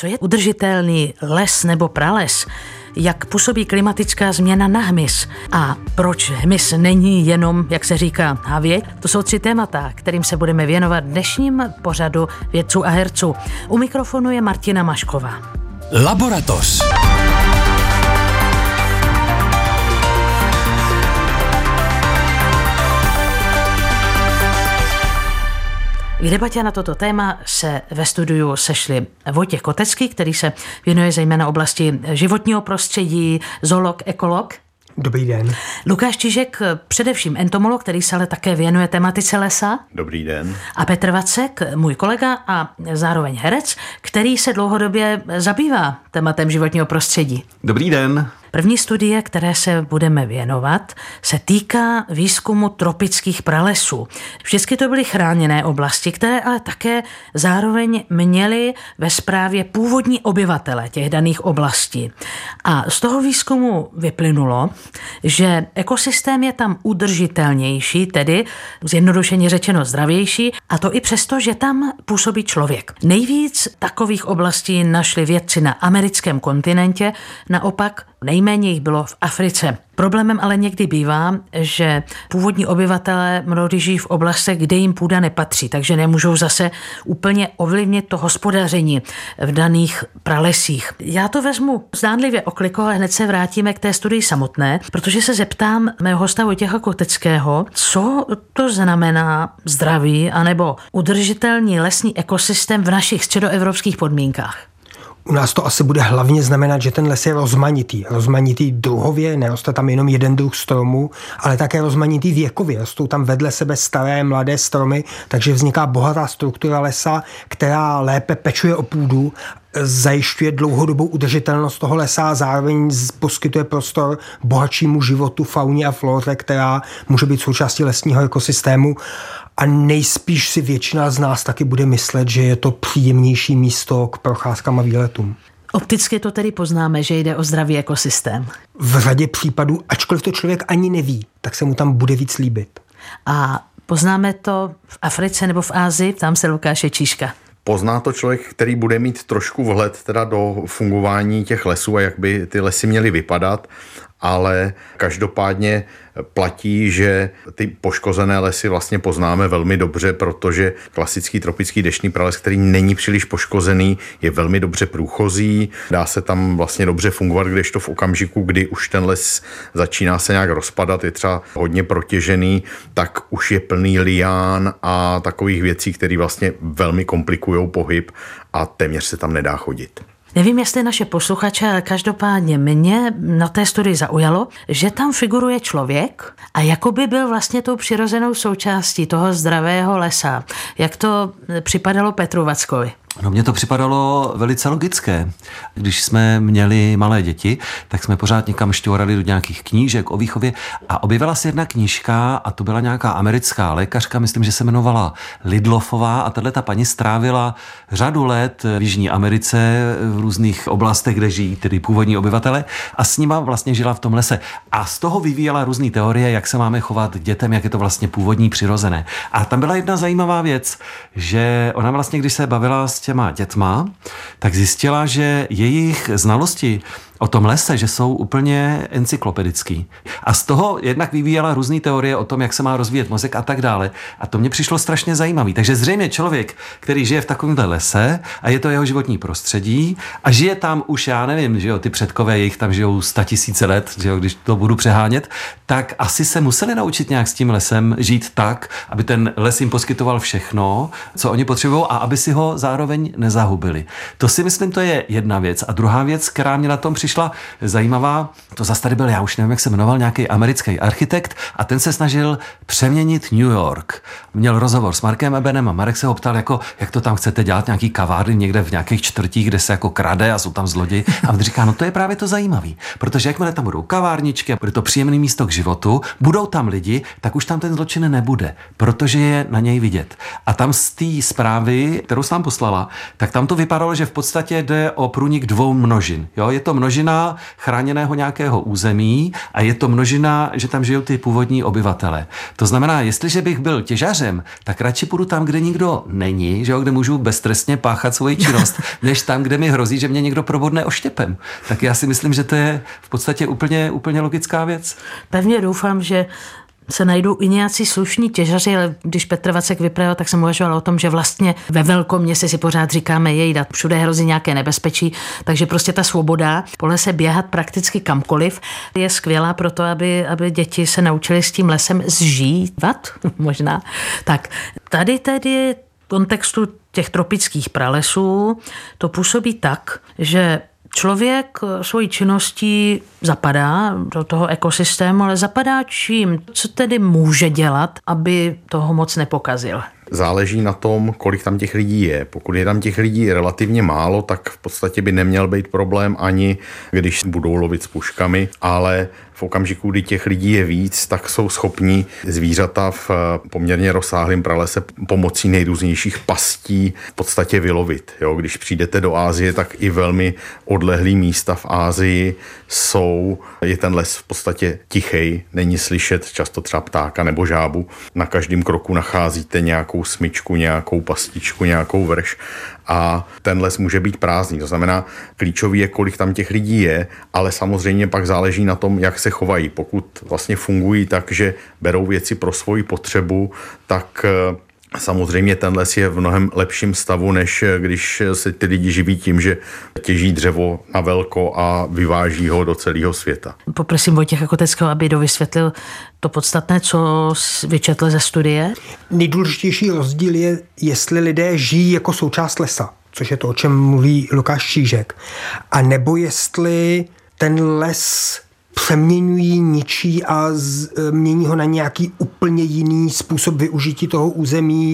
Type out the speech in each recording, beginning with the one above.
Co je udržitelný les nebo prales? Jak působí klimatická změna na hmyz? A proč hmyz není jenom, jak se říká, havěť? To jsou 3 témata, kterým se budeme věnovat dnešním pořadu Vědců a herců. U mikrofonu je Martina Mašková. Laboratoř. K debatě na toto téma se ve studiu sešli Vojtěch Kotecký, který se věnuje zejména oblasti životního prostředí, zoolog, ekolog. Dobrý den. Lukáš Čižek, především entomolog, který se ale také věnuje tematice lesa. Dobrý den. A Petr Vacek, můj kolega a zároveň herec, který se dlouhodobě zabývá tématem životního prostředí. Dobrý den. První studie, které se budeme věnovat, se týká výzkumu tropických pralesů. Vždycky to byly chráněné oblasti, které ale také zároveň měly ve správě původní obyvatele těch daných oblastí. A z toho výzkumu vyplynulo, že ekosystém je tam udržitelnější, tedy zjednodušeně řečeno zdravější, a to i přesto, že tam působí člověk. Nejvíc takových oblastí našli vědci na americkém kontinentě, naopak nejméně jich bylo v Africe. Problémem ale někdy bývá, že původní obyvatelé mnohdy žijí v oblastech, kde jim půda nepatří, takže nemůžou zase úplně ovlivnit to hospodaření v daných pralesích. Já to vezmu zdánlivě okliko a hned se vrátíme k té studii samotné, protože se zeptám mého hosta Vojtěcha Koteckého, co to znamená zdravý anebo udržitelný lesní ekosystém v našich středoevropských podmínkách. U nás to asi bude hlavně znamenat, že ten les je rozmanitý. Rozmanitý druhově, neroste tam jenom jeden druh stromu, ale také rozmanitý věkově. Rostou tam vedle sebe staré, mladé stromy, takže vzniká bohatá struktura lesa, která lépe pečuje o půdu, zajišťuje dlouhodobou udržitelnost toho lesa a zároveň poskytuje prostor bohatšímu životu, fauně a flóře, která může být součástí lesního ekosystému. A nejspíš si většina z nás taky bude myslet, že je to příjemnější místo k procházkám a výletům. Opticky to tedy poznáme, že jde o zdravý ekosystém. V řadě případů, ačkoliv to člověk ani neví, tak se mu tam bude víc líbit. A poznáme to v Africe nebo v Asii? Tam se Lukáše Číška. Pozná to člověk, který bude mít trošku vhled teda do fungování těch lesů a jak by ty lesy měly vypadat, ale každopádně platí, že ty poškozené lesy vlastně poznáme velmi dobře, protože klasický tropický deštný prales, který není příliš poškozený, je velmi dobře průchozí, dá se tam vlastně dobře fungovat, kdežto v okamžiku, kdy už ten les začíná se nějak rozpadat, je třeba hodně protěžený, tak už je plný lián a takových věcí, které vlastně velmi komplikují pohyb a téměř se tam nedá chodit. Nevím, jestli naše posluchače, ale každopádně mě na té studii zaujalo, že tam figuruje člověk a jakoby byl vlastně tou přirozenou součástí toho zdravého lesa. Jak to připadalo Petru Vackovi? No, mně to připadalo velice logické. Když jsme měli malé děti, tak jsme pořád někam šťourali do nějakých knížek o výchově a objevila se jedna knížka a to byla nějaká americká lékařka, myslím, že se jmenovala Lidloffová a tato paní strávila řadu let v Jižní Americe v různých oblastech, kde žijí tedy původní obyvatele a s nima vlastně žila v tom lese. A z toho vyvíjela různé teorie, jak se máme chovat k dětem, jak je to vlastně původní, přirozené. A tam byla jedna zajímavá věc, že ona vlastně, když se bavila s těma dětma, tak zjistila, že jejich znalosti o tom lese, že jsou úplně encyklopedický. A z toho jednak vyvíjela různé teorie o tom, jak se má rozvíjet mozek a tak dále. A to mě přišlo strašně zajímavý. Takže zřejmě člověk, který žije v takovémhle lese a je to jeho životní prostředí a žije tam už, já nevím, že jo, ty předkové, jejich tam žijou 100 000 let, že jo, když to budu přehánět, tak asi se museli naučit nějak s tím lesem žít tak, aby ten les jim poskytoval všechno, co oni potřebují a aby si ho zároveň nezahubili. To si myslím, to je jedna věc. A druhá věc, která mě na tom přišla zajímavá, to zase tady byl, já už nevím, jak se jmenoval, nějaký americký architekt a ten se snažil přeměnit New York. Měl rozhovor s Markem Ebenem a Marek se ho ptal, jako, jak to tam chcete dělat, nějaký kavárny někde v nějakých čtvrtích, kde se jako krade a jsou tam zloději. A on říká, no to je právě to zajímavý, protože jakmile tam budou kavárničky, bude to příjemné místo k životu, budou tam lidi, tak už tam ten zločin nebude, protože je na něj vidět. A tam z té zprávy, kterou jsem nám poslala, tak tam to vypadalo, že v podstatě jde o průnik 2 množin. Jo? Je to množina množina chráněného nějakého území a je to množina, že tam žijou ty původní obyvatele. To znamená, jestliže bych byl těžařem, tak radši půjdu tam, kde nikdo není, že jo, kde můžu beztrestně páchat svoji činnost, než tam, kde mi hrozí, že mě někdo probodne oštěpem. Tak já si myslím, že to je v podstatě úplně logická věc. Pevně doufám, že se najdou i nějací slušní těžaři, ale když Petr Vacek vyprávěl, tak jsem uvažoval o tom, že vlastně ve Velkoměstě si pořád říkáme jejda, všude hrozí nějaké nebezpečí, takže prostě ta svoboda po lese běhat prakticky kamkoliv je skvělá pro to, aby děti se naučily s tím lesem zžívat, možná. Tak tady tedy v kontextu těch tropických pralesů to působí tak, že člověk svojí činností zapadá do toho ekosystému, ale zapadá čím? Co tedy může dělat, aby toho moc nepokazil? Záleží na tom, kolik tam těch lidí je. Pokud je tam těch lidí relativně málo, tak v podstatě by neměl být problém ani když budou lovit s puškami, ale v okamžiku, kdy těch lidí je víc, tak jsou schopní zvířata v poměrně rozsáhlém pralese pomocí nejrůznějších pastí v podstatě vylovit. Jo, když přijdete do Asie, tak i velmi odlehlý místa v Asii je ten les v podstatě tichej, není slyšet často třeba ptáka nebo žábu. Na každém kroku nacházíte nějakou smyčku, nějakou pastičku, nějakou vrš a ten les může být prázdný. To znamená, klíčový je, kolik tam těch lidí je, ale samozřejmě pak záleží na tom, jak se chovají. Pokud vlastně fungují tak, že berou věci pro svoji potřebu, tak samozřejmě ten les je v mnohem lepším stavu, než když se ty lidi živí tím, že těží dřevo na velko a vyváží ho do celého světa. Poprosím Vojtěcha Koteckého, aby dovysvětlil to podstatné, co vyčetl ze studie. Nejdůležitější rozdíl je, jestli lidé žijí jako součást lesa, což je to, o čem mluví Lukáš Čížek, a nebo jestli ten les přeměňují, ničí a mění ho na nějaký úplně jiný způsob využití toho území,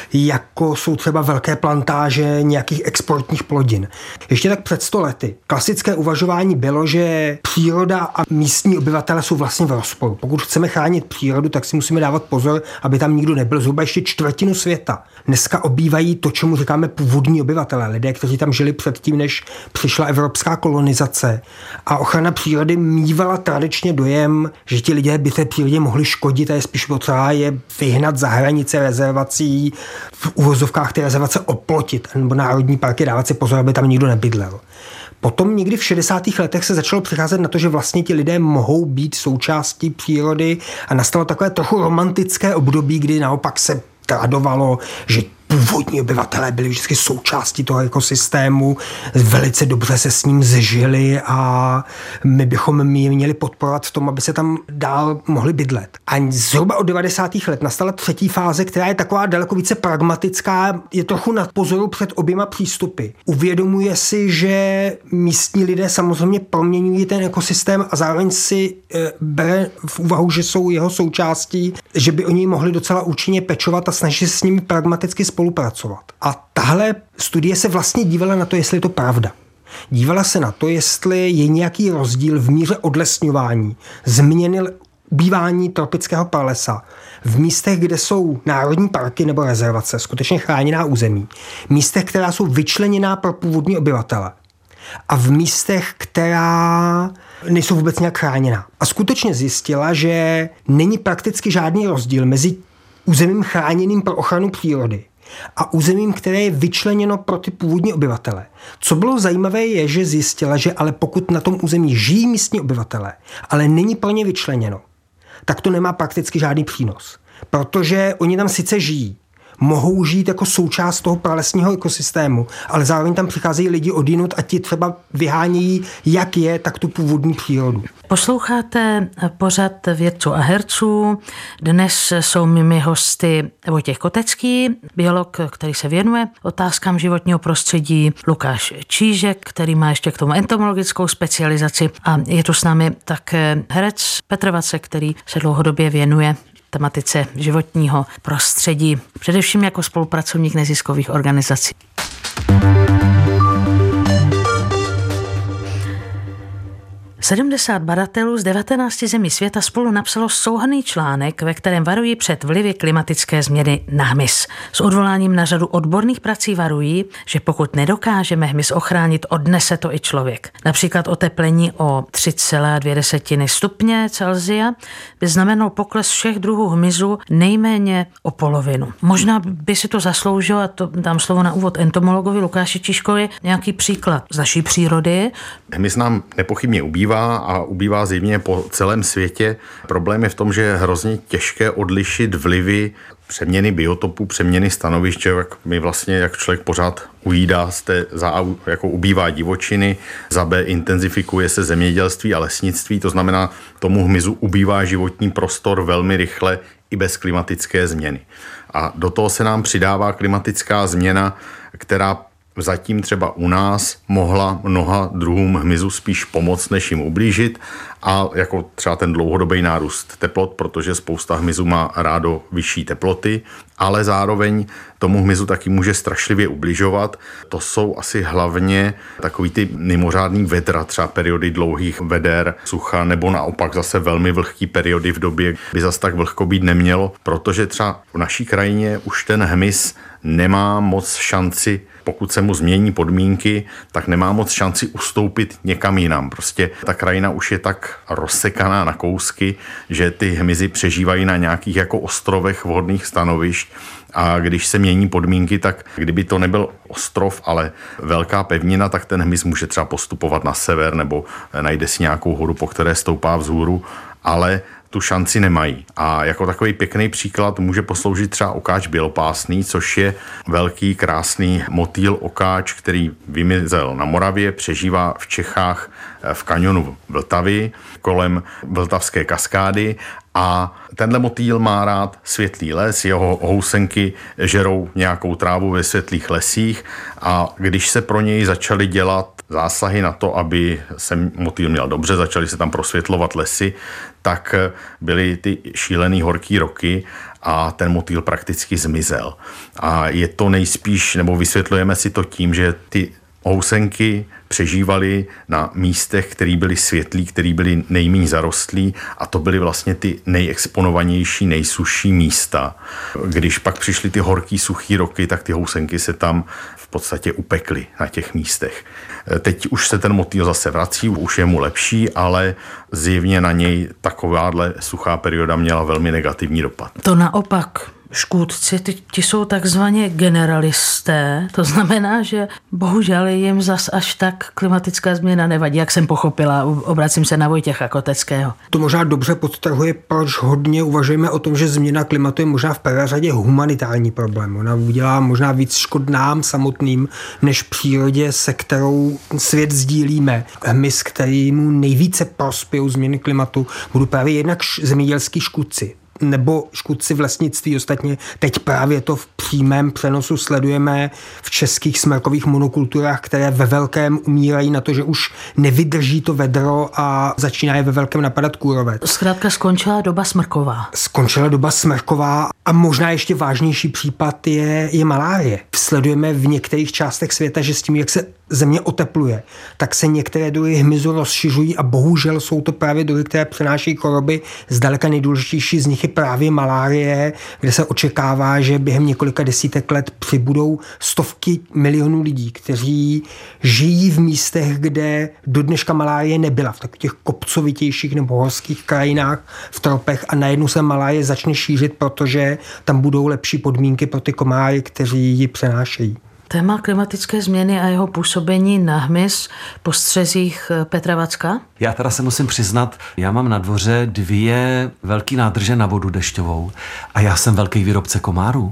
jako jsou třeba velké plantáže nějakých exportních plodin. Ještě tak před 100 lety klasické uvažování bylo, že příroda a místní obyvatele jsou vlastně v rozporu. Pokud chceme chránit přírodu, tak si musíme dávat pozor, aby tam nikdo nebyl. Zhruba ještě čtvrtinu světa dneska obývají to, čemu říkáme původní obyvatelé, lidé, kteří tam žili předtím, než přišla evropská kolonizace. A ochrana přírody mívala tradičně dojem, že ti lidé by té přírodě mohli škodit a je spíš potřeba je vyhnat za hranice rezervací, v uvozovkách ty rezervace oplotit, nebo národní parky dávat si pozor, aby tam nikdo nebydlel. Potom někdy v 60. letech se začalo přicházet na to, že vlastně ti lidé mohou být součástí přírody a nastalo takové trochu romantické období, kdy naopak se tradovalo, že původní obyvatelé byli vždycky součástí toho ekosystému, velice dobře se s ním zžili a my bychom je měli podporovat v tom, aby se tam dál mohli bydlet. A zhruba od 90. let nastala třetí fáze, která je taková daleko více pragmatická, je trochu na pozoru před oběma přístupy. Uvědomuje si, že místní lidé samozřejmě proměňují ten ekosystém a zároveň si bere v úvahu, že jsou jeho součástí, že by o něj mohli docela účinně pečovat a snaží se s nimi pragmaticky spolupracovat. A tahle studie se vlastně dívala na to, jestli je to pravda. Dívala se na to, jestli je nějaký rozdíl v míře odlesňování, změny ubývání tropického pralesa v místech, kde jsou národní parky nebo rezervace, skutečně chráněná území, místech, která jsou vyčleněná pro původní obyvatele a v místech, která nejsou vůbec nějak chráněná. A skutečně zjistila, že není prakticky žádný rozdíl mezi územím chráněným pro ochranu přírody a územím, které je vyčleněno pro ty původní obyvatele. Co bylo zajímavé je, že zjistila, že ale pokud na tom území žijí místní obyvatele, ale není pro ně vyčleněno, tak to nemá prakticky žádný přínos. Protože oni tam sice žijí, mohou žít jako součást toho pralesního ekosystému, ale zároveň tam přicházejí lidi odjinud a ti třeba vyhánějí, jak je, tak tu původní přírodu. Posloucháte pořad Vědců a herců. Dnes jsou mými hosty Vojtěch Kotecký, biolog, který se věnuje otázkám životního prostředí, Lukáš Čížek, který má ještě k tomu entomologickou specializaci, a je tu s námi také herec Petr Vacek, který se dlouhodobě věnuje tematice životního prostředí, především jako spolupracovník neziskových organizací. 70 badatelů z 19 zemí světa spolu napsalo souhrnný článek, ve kterém varují před vlivy klimatické změny na hmyz. S odvoláním na řadu odborných prací varují, že pokud nedokážeme hmyz ochránit, odnese to i člověk. Například oteplení o 3,2 stupně Celsia by znamenalo pokles všech druhů hmyzu nejméně o polovinu. Možná by si to zasloužilo, a to dám slovo na úvod entomologovi Lukáši Čižkovi, nějaký příklad z naší přírody. Hmyz nám nepochybně ubývá a ubývá zjevně po celém světě. Problém je v tom, že je hrozně těžké odlišit vlivy přeměny biotopů, přeměny stanoviště, jak my vlastně, jak člověk pořád ujídá, jako ubývá divočiny, za B intenzifikuje se zemědělství a lesnictví, to znamená, tomu hmyzu ubývá životní prostor velmi rychle i bez klimatické změny. A do toho se nám přidává klimatická změna, která zatím třeba u nás mohla mnoha druhům hmyzu spíš pomoct, než jim ublížit, a jako třeba ten dlouhodobý nárůst teplot, protože spousta hmyzu má rádo vyšší teploty, ale zároveň tomu hmyzu taky může strašlivě ubližovat. To jsou asi hlavně takový ty mimořádný vedra, třeba periody dlouhých veder, sucha, nebo naopak zase velmi vlhký periody v době, kdy zase tak vlhko být nemělo, protože třeba v naší krajině už ten hmyz nemá moc šanci, pokud se mu změní podmínky, tak nemá moc šanci ustoupit někam jinam. Prostě ta krajina už je tak rozsekaná na kousky, že ty hmyzy přežívají na nějakých jako ostrovech vhodných stanovišť, a když se mění podmínky, tak kdyby to nebyl ostrov, ale velká pevnina, tak ten hmyz může třeba postupovat na sever nebo najde si nějakou horu, po které stoupá vzhůru, ale tu šanci nemají. A jako takový pěkný příklad může posloužit třeba okáč bělopásný, což je velký, krásný motýl okáč, který vymizel na Moravě, přežívá v Čechách v kanionu Vltavy kolem Vltavské kaskády. A tenhle motýl má rád světlý les, jeho housenky žerou nějakou trávu ve světlých lesích, a když se pro něj začaly dělat zásahy na to, aby se motýl měl dobře, začaly se tam prosvětlovat lesy, tak byly ty šílený horký roky a ten motýl prakticky zmizel. A je to nejspíš, nebo vysvětlujeme si to tím, že ty housenky přežívali na místech, které byly světlí, které byly nejméně zarostlí, a to byly vlastně ty nejexponovanější, nejsušší místa. Když pak přišly ty horký, suchý roky, tak ty housenky se tam v podstatě upekly na těch místech. Teď už se ten motýl zase vrací, už je mu lepší, ale zjevně na něj takováhle suchá perioda měla velmi negativní dopad. To naopak. Škůdci, ti jsou takzvaně generalisté, to znamená, že bohužel jim zas až tak klimatická změna nevadí, jak jsem pochopila. Obracím se na Vojtěcha Koteckého. To možná dobře podtrhuje, proč hodně uvažujeme o tom, že změna klimatu je možná v prvé řadě humanitární problém. Ona udělá možná víc škod nám samotným, než přírodě, se kterou svět sdílíme. Hmyz, kterýmu nejvíce prospějí změny klimatu, budou právě jednak zemědělský škůdci, nebo škůdci v lesnictví. Ostatně teď právě to v přímém přenosu sledujeme v českých smrkových monokulturách, které ve velkém umírají na to, že už nevydrží to vedro a začíná je ve velkém napadat kůrovec. Zkrátka skončila doba smrková. Skončila doba smrková a možná ještě vážnější případ je malárie. Sledujeme v některých částech světa, že s tím, jak se země otepluje, tak se některé druhy hmyzu rozšiřují a bohužel jsou to právě druhy, které přenášejí choroby. Zdaleka nejdůležitější z nich je právě malárie, kde se očekává, že během několika desítek let přibudou stovky milionů lidí, kteří žijí v místech, kde do dneška malárie nebyla, v takových těch kopcovitějších nebo horských krajinách v tropech, a najednou se malárie začne šířit, protože tam budou lepší podmínky pro ty komáry, kteří ji přenášejí. Téma klimatické změny a jeho působení na hmyz po střezích Petra Vacka? Já teda se musím přiznat, já mám na dvoře 2 velký nádrže na vodu dešťovou a já jsem velký výrobce komárů.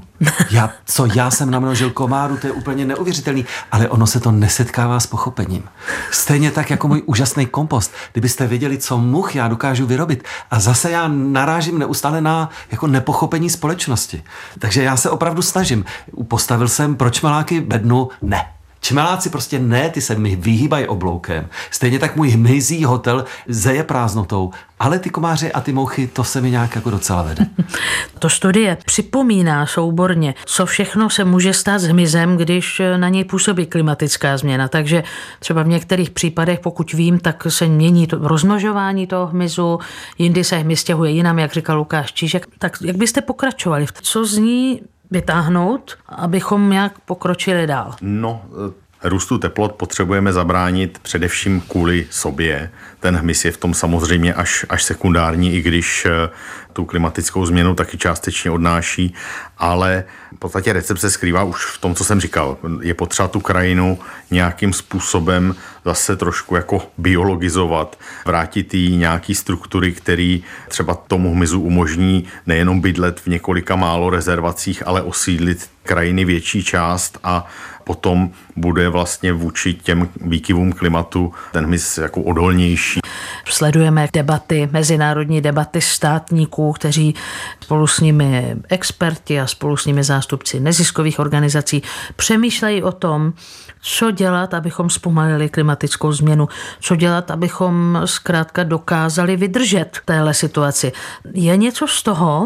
Já jsem namnožil komárů, to je úplně neuvěřitelný, ale ono se to nesetkává s pochopením. Stejně tak jako můj úžasný kompost. Kdybyste věděli, co much já dokážu vyrobit. A zase já narážím neustále na jako nepochopení společnosti. Takže já se opravdu snažím. Postavil jsem proč maláky bednu? Ne. Čmeláci prostě ne, ty se mi vyhýbají obloukem. Stejně tak můj hmyzí hotel zeje prázdnotou, ale ty komáři a ty mouchy, to se mi nějak jako docela vede. To studie připomíná souborně, co všechno se může stát s hmyzem, když na něj působí klimatická změna. Takže třeba v některých případech, pokud vím, tak se mění to rozmnožování toho hmyzu, jindy se hmyz stěhuje jinam, jak říkal Lukáš Čížek. Tak jak byste pokračovali? Co z ní vytáhnout, abychom nějak pokročili dál? No, růstu teplot potřebujeme zabránit především kvůli sobě. Ten hmyz je v tom samozřejmě až sekundární, i když tu klimatickou změnu taky částečně odnáší, ale v podstatě recept se skrývá už v tom, co jsem říkal. Je potřeba tu krajinu nějakým způsobem zase trošku jako biologizovat, vrátit jí nějaký struktury, které třeba tomu hmyzu umožní nejenom bydlet v několika málo rezervacích, ale osídlit krajiny větší část a potom bude vlastně vůči těm výkyvům klimatu ten hmyz jako odolnější. Sledujeme debaty, mezinárodní debaty státníků, kteří spolu s nimi experti a spolu s nimi zástupci neziskových organizací přemýšlejí o tom, co dělat, abychom zpomalili klimatickou změnu, co dělat, abychom zkrátka dokázali vydržet v téhle situaci. Je něco z toho,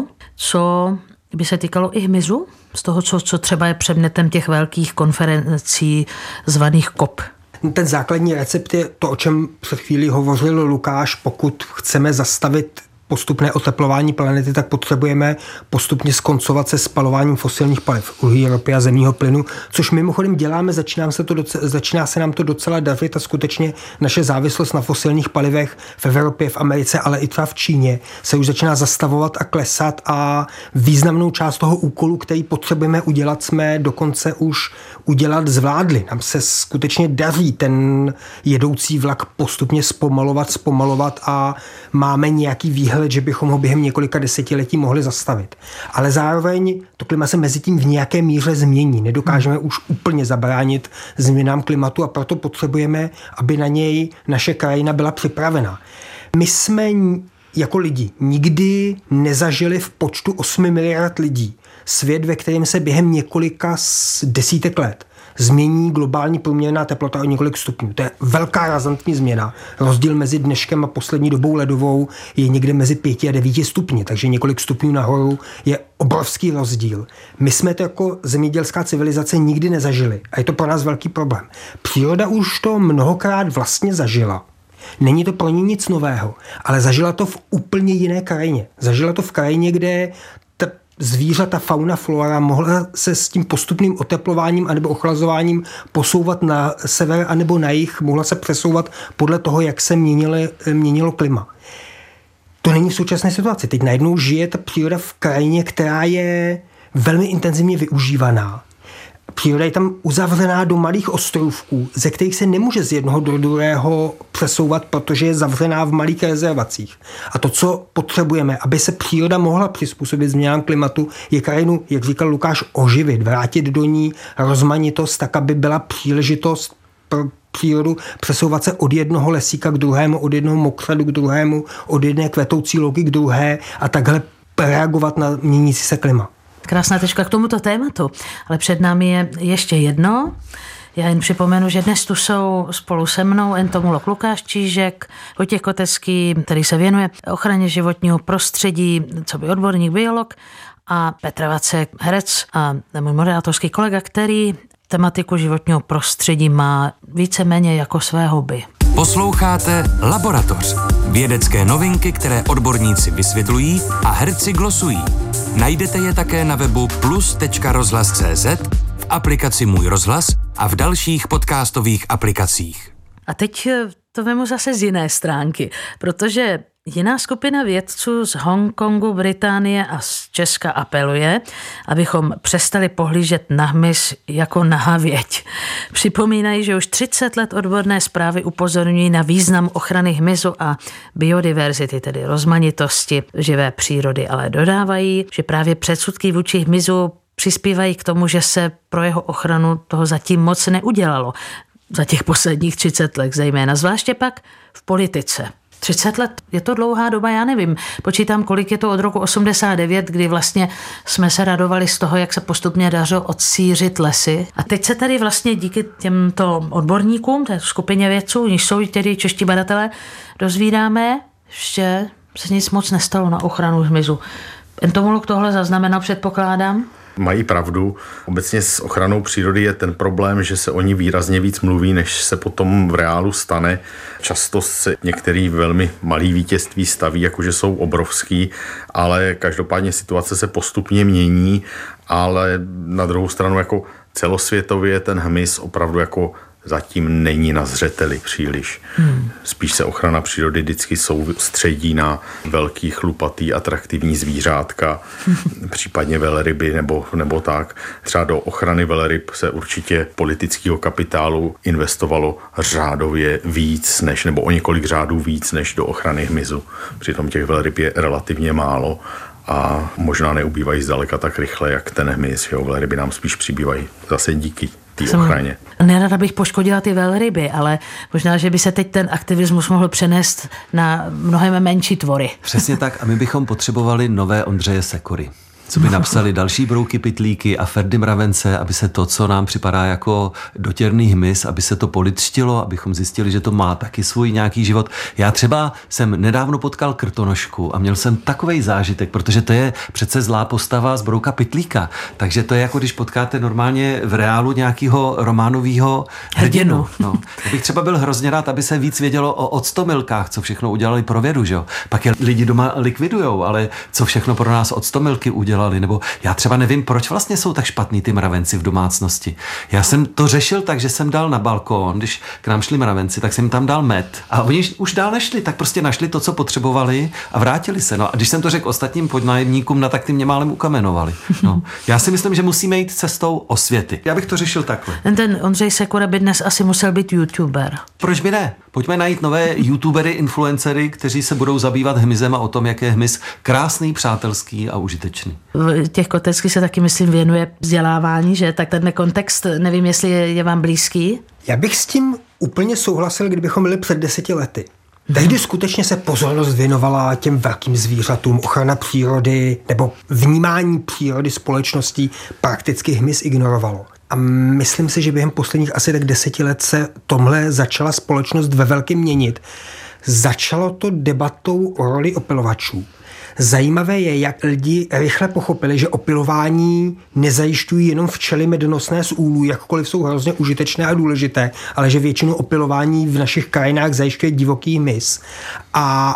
co by se týkalo i hmyzu? Z toho, co třeba je předmětem těch velkých konferencí zvaných COP? Ten základní recept je to, o čem před chvílí hovořil Lukáš. Pokud chceme zastavit postupné oteplování planety, tak potřebujeme postupně skoncovat se spalováním fosilních paliv, uhlí, ropy a zemního plynu, což mimochodem děláme, začíná se nám to docela dařit a skutečně naše závislost na fosilních palivech v Evropě, v Americe, ale i třeba v Číně se už začíná zastavovat a klesat a významnou část toho úkolu, který potřebujeme udělat, jsme dokonce už udělat zvládli. Nám se skutečně daří ten jedoucí vlak postupně zpomalovat a máme nějaký výhled, že bychom ho během několika desetiletí mohli zastavit. Ale zároveň to klima se mezi tím v nějaké míře změní. Nedokážeme už úplně zabránit změnám klimatu a proto potřebujeme, aby na něj naše krajina byla připravena. My jsme jako lidi nikdy nezažili v počtu 8 miliard lidí svět, ve kterém se během několika desítek let změní globální průměrná teplota o několik stupňů. To je velká razantní změna. Rozdíl mezi dneškem a poslední dobou ledovou je někde mezi 5 a 9 stupni, takže několik stupňů nahoru je obrovský rozdíl. My jsme to jako zemědělská civilizace nikdy nezažili a je to pro nás velký problém. Příroda už to mnohokrát vlastně zažila. Není to pro ní nic nového, ale zažila to v úplně jiné krajině. Zažila to v krajině, kde zvířata, fauna, flora mohla se s tím postupným oteplováním anebo ochlazováním posouvat na sever anebo na jih, mohla se přesouvat podle toho, jak se měnilo klima. To není v současné situaci. Teď najednou žije ta příroda v krajině, která je velmi intenzivně využívaná. Příroda je tam uzavřená do malých ostrovků, ze kterých se nemůže z jednoho do druhého přesouvat, protože je zavřená v malých rezervacích. A to, co potřebujeme, aby se příroda mohla přizpůsobit změnám klimatu, je krajinu, jak říkal Lukáš, oživit, vrátit do ní rozmanitost, tak, aby byla příležitost pro přírodu přesouvat se od jednoho lesíka k druhému, od jednoho mokřadu k druhému, od jedné kvetoucí louky k druhé a takhle reagovat na měnící se klima. Krásná tečka k tomuto tématu, ale před námi je ještě jedno. Já jen připomenu, že dnes tu jsou spolu se mnou entomolog Lukáš Čížek, Vojtěch Kotecký, který se věnuje ochraně životního prostředí, co by odborník, biolog, a Petr Vacek, herec a můj moderátorský kolega, který tematiku životního prostředí má víceméně jako své hobby. Posloucháte Laboratoř. Vědecké novinky, které odborníci vysvětlují a herci glosují. Najdete je také na webu plus.rozhlas.cz, v aplikaci Můj rozhlas a v dalších podcastových aplikacích. A teď to vemu zase z jiné stránky, protože jiná skupina vědců z Hongkongu, Británie a z Česka apeluje, abychom přestali pohlížet na hmyz jako na havěť. Připomínají, že už 30 let odborné zprávy upozorňují na význam ochrany hmyzu a biodiverzity, tedy rozmanitosti živé přírody, ale dodávají, že právě předsudky vůči hmyzu přispívají k tomu, že se pro jeho ochranu toho zatím moc neudělalo za těch posledních 30 let, zejména zvláště pak v politice. 30 let, je to dlouhá doba, já nevím. Počítám, kolik je to od roku 89, kdy vlastně jsme se radovali z toho, jak se postupně dařilo odsířit lesy. A teď se tady vlastně díky těmto odborníkům, té skupině vědců, níž jsou tedy čeští badatelé, dozvídáme, že se nic moc nestalo na ochranu hmyzu. Entomolog tohle zaznamenal, předpokládám? Mají pravdu. Obecně s ochranou přírody je ten problém, že se o ní výrazně víc mluví, než se potom v reálu stane. Často se některý velmi malý vítězství staví, jakože jsou obrovský, ale každopádně situace se postupně mění, ale na druhou stranu jako celosvětově ten hmyz opravdu jako zatím není na zřeteli příliš. Spíš se ochrana přírody vždycky soustředí na velký, chlupatý, atraktivní zvířátka, případně velryby nebo tak. Třeba do ochrany velryb se určitě politického kapitálu investovalo řádově víc, nebo o několik řádů víc, než do ochrany hmyzu. Přitom těch velryb je relativně málo a možná neubývají zdaleka tak rychle, jak ten hmyz. Velryby nám spíš přibývají zase díky té ochraně. Nerada bych poškodila ty velryby, ale možná, že by se teď ten aktivismus mohl přenést na mnohem menší tvory. Přesně tak a my bychom potřebovali nové Ondřeje Sekory. Co by napsali další Brouky Pytlíky a Ferdy Mravence, aby se to, co nám připadá jako dotěrný hmyz, aby se to polidštilo, abychom zjistili, že to má taky svůj nějaký život. Já třeba jsem nedávno potkal krtonožku a měl jsem takovej zážitek, protože to je přece zlá postava z Brouka Pytlíka. Takže to je jako když potkáte normálně v reálu nějakého románového hrdinu. No. Já bych třeba byl hrozně rád, aby se víc vědělo o octomilkách, co všechno udělali pro vědu, že jo? Pak je lidi doma likvidujou, ale co všechno pro nás octomilky udělali. Nebo já třeba nevím, proč vlastně jsou tak špatný ty mravenci v domácnosti. Já jsem to řešil tak, že jsem dal na balkón, když k nám šli mravenci, tak jsem jim tam dal med. A oni už dál nešli, tak prostě našli to, co potřebovali a vrátili se. No a když jsem to řekl ostatním podnájemníkům, tak ty mě málem ukamenovali. No. Já si myslím, že musíme jít cestou osvěty. Já bych to řešil takhle. Ten Ondřej Sekora by dnes asi musel být youtuber. Proč by ne? Pojďme najít nové youtubery, influencery, kteří se budou zabývat hmyzem a o tom, jak je hmyz krásný, přátelský a užitečný. V těch Koteckých se taky, myslím, věnuje vzdělávání, že? Tak tenhle kontext, nevím, jestli je vám blízký. Já bych s tím úplně souhlasil, kdybychom byli před 10 lety. Tehdy skutečně se pozornost věnovala těm velkým zvířatům, ochrana přírody nebo vnímání přírody společností prakticky hmyz ignorovalo. A myslím si, že během posledních asi tak 10 let se tomhle začala společnost ve velkém měnit. Začalo to debatou o roli opylovačů. Zajímavé je, jak lidi rychle pochopili, že opylování nezajišťují jenom včely medonosné z úlů, jakkoliv jsou hrozně užitečné a důležité, ale že většinu opylování v našich krajinách zajišťuje divoký hmyz. A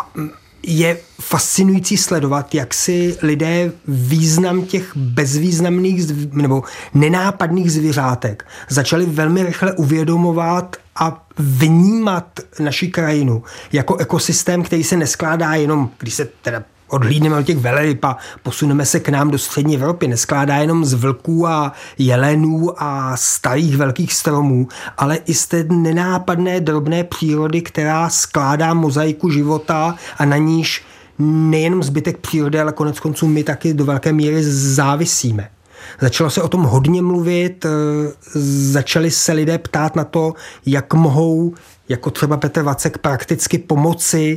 je fascinující sledovat, jak si lidé význam těch bezvýznamných nebo nenápadných zvířátek začali velmi rychle uvědomovat a vnímat naši krajinu jako ekosystém, který se neskládá jenom, když se teda odhlídneme od těch velryb a posuneme se k nám do střední Evropy, neskládá jenom z vlků a jelenů a starých velkých stromů, ale i z té nenápadné drobné přírody, která skládá mozaiku života a na níž nejenom zbytek přírody, ale konec konců my taky do velké míry závisíme. Začalo se o tom hodně mluvit, začali se lidé ptát na to, jak mohou, jako třeba Petr Vacek, prakticky pomoci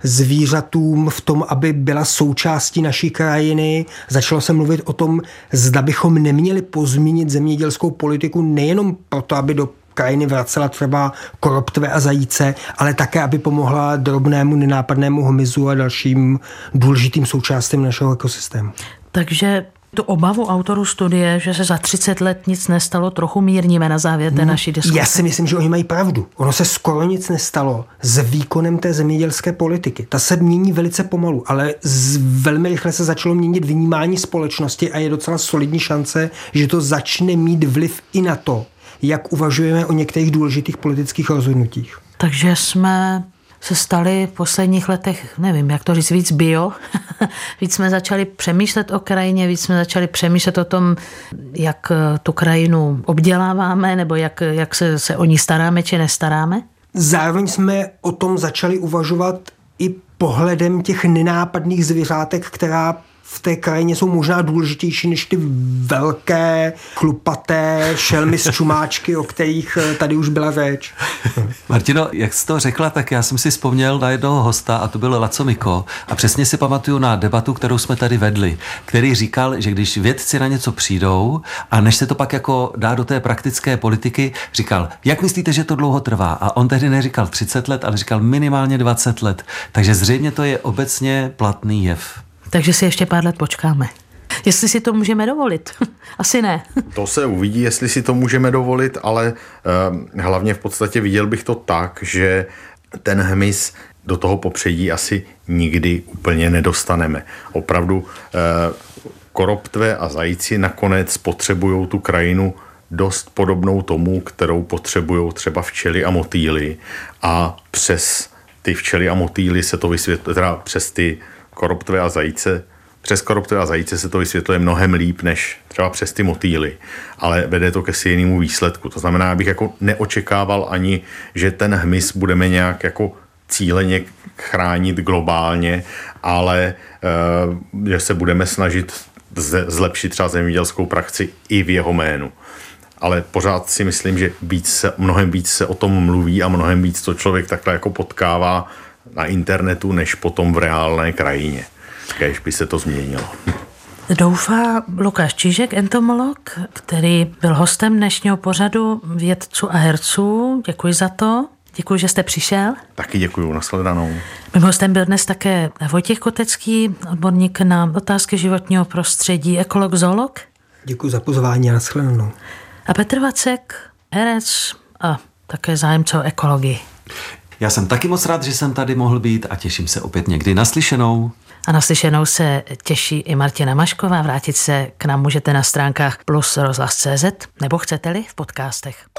zvířatům v tom, aby byla součástí naší krajiny. Začalo se mluvit o tom, zda bychom neměli pozměnit zemědělskou politiku nejenom proto, aby do krajiny vracela třeba koroptve a zajíce, ale také, aby pomohla drobnému nenápadnému hmyzu a dalším důležitým součástem našeho ekosystému. Takže tu obavu autorů studie, že se za 30 let nic nestalo, trochu mírníme na závěr té naší diskuse. Já si myslím, že oni mají pravdu. Ono se skoro nic nestalo s výkonem té zemědělské politiky. Ta se mění velice pomalu, ale velmi rychle se začalo měnit vnímání společnosti a je docela solidní šance, že to začne mít vliv i na to, jak uvažujeme o některých důležitých politických rozhodnutích. Takže jsme se stali v posledních letech, nevím, jak to říct, víc bio. Víc jsme začali přemýšlet o krajině, víc jsme začali přemýšlet o tom, jak tu krajinu obděláváme, nebo jak se o ní staráme, či nestaráme. Zároveň jsme o tom začali uvažovat i pohledem těch nenápadných zvířátek, která v té krajině jsou možná důležitější než ty velké, chlupaté šelmy z čumáčky, o kterých tady už byla řeč. Martino, jak jsi to řekla, tak já jsem si vzpomněl na jednoho hosta a to byl Laco Miko a přesně si pamatuju na debatu, kterou jsme tady vedli, který říkal, že když vědci na něco přijdou a než se to pak jako dá do té praktické politiky, říkal, jak myslíte, že to dlouho trvá? A on tehdy neříkal 30 let, ale říkal minimálně 20 let. Takže zřejmě to je obecně platný jev. Takže si ještě pár let počkáme. Jestli si to můžeme dovolit. Asi ne. To se uvidí, jestli si to můžeme dovolit, ale hlavně v podstatě viděl bych to tak, že ten hmyz do toho popředí asi nikdy úplně nedostaneme. Opravdu koroptve a zajíci nakonec potřebují tu krajinu dost podobnou tomu, kterou potřebují třeba včely a motýly a přes ty včely a motýly se to vysvětluje, teda přes ty koroptve a zajíce, přes koroptve a zajíce se to vysvětluje mnohem líp, než třeba přes ty motýly, ale vede to ke stejnému výsledku. To znamená, abych jako neočekával ani, že ten hmyz budeme nějak jako cíleně chránit globálně, ale že se budeme snažit zlepšit třeba zemědělskou praxi i v jeho jménu. Ale pořád si myslím, že mnohem víc se o tom mluví a mnohem víc to člověk takhle jako potkává na internetu, než potom v reálné krajině. Kéž by se to změnilo. Doufá Lukáš Čížek, entomolog, který byl hostem dnešního pořadu Vědců a herců. Děkuji za to. Děkuji, že jste přišel. Taky děkuji, nashledanou. Mým hostem byl dnes také Vojtěch Kotecký, odborník na otázky životního prostředí, ekolog, zoolog. Děkuji za pozvání a nashledanou. A Petr Vacek, herec a také zájemce o ekologii. Já jsem taky moc rád, že jsem tady mohl být a těším se opět někdy naslyšenou. A naslyšenou se těší i Martina Mašková. Vrátit se k nám můžete na stránkách plus rozhlas.cz nebo chcete-li v podcastech.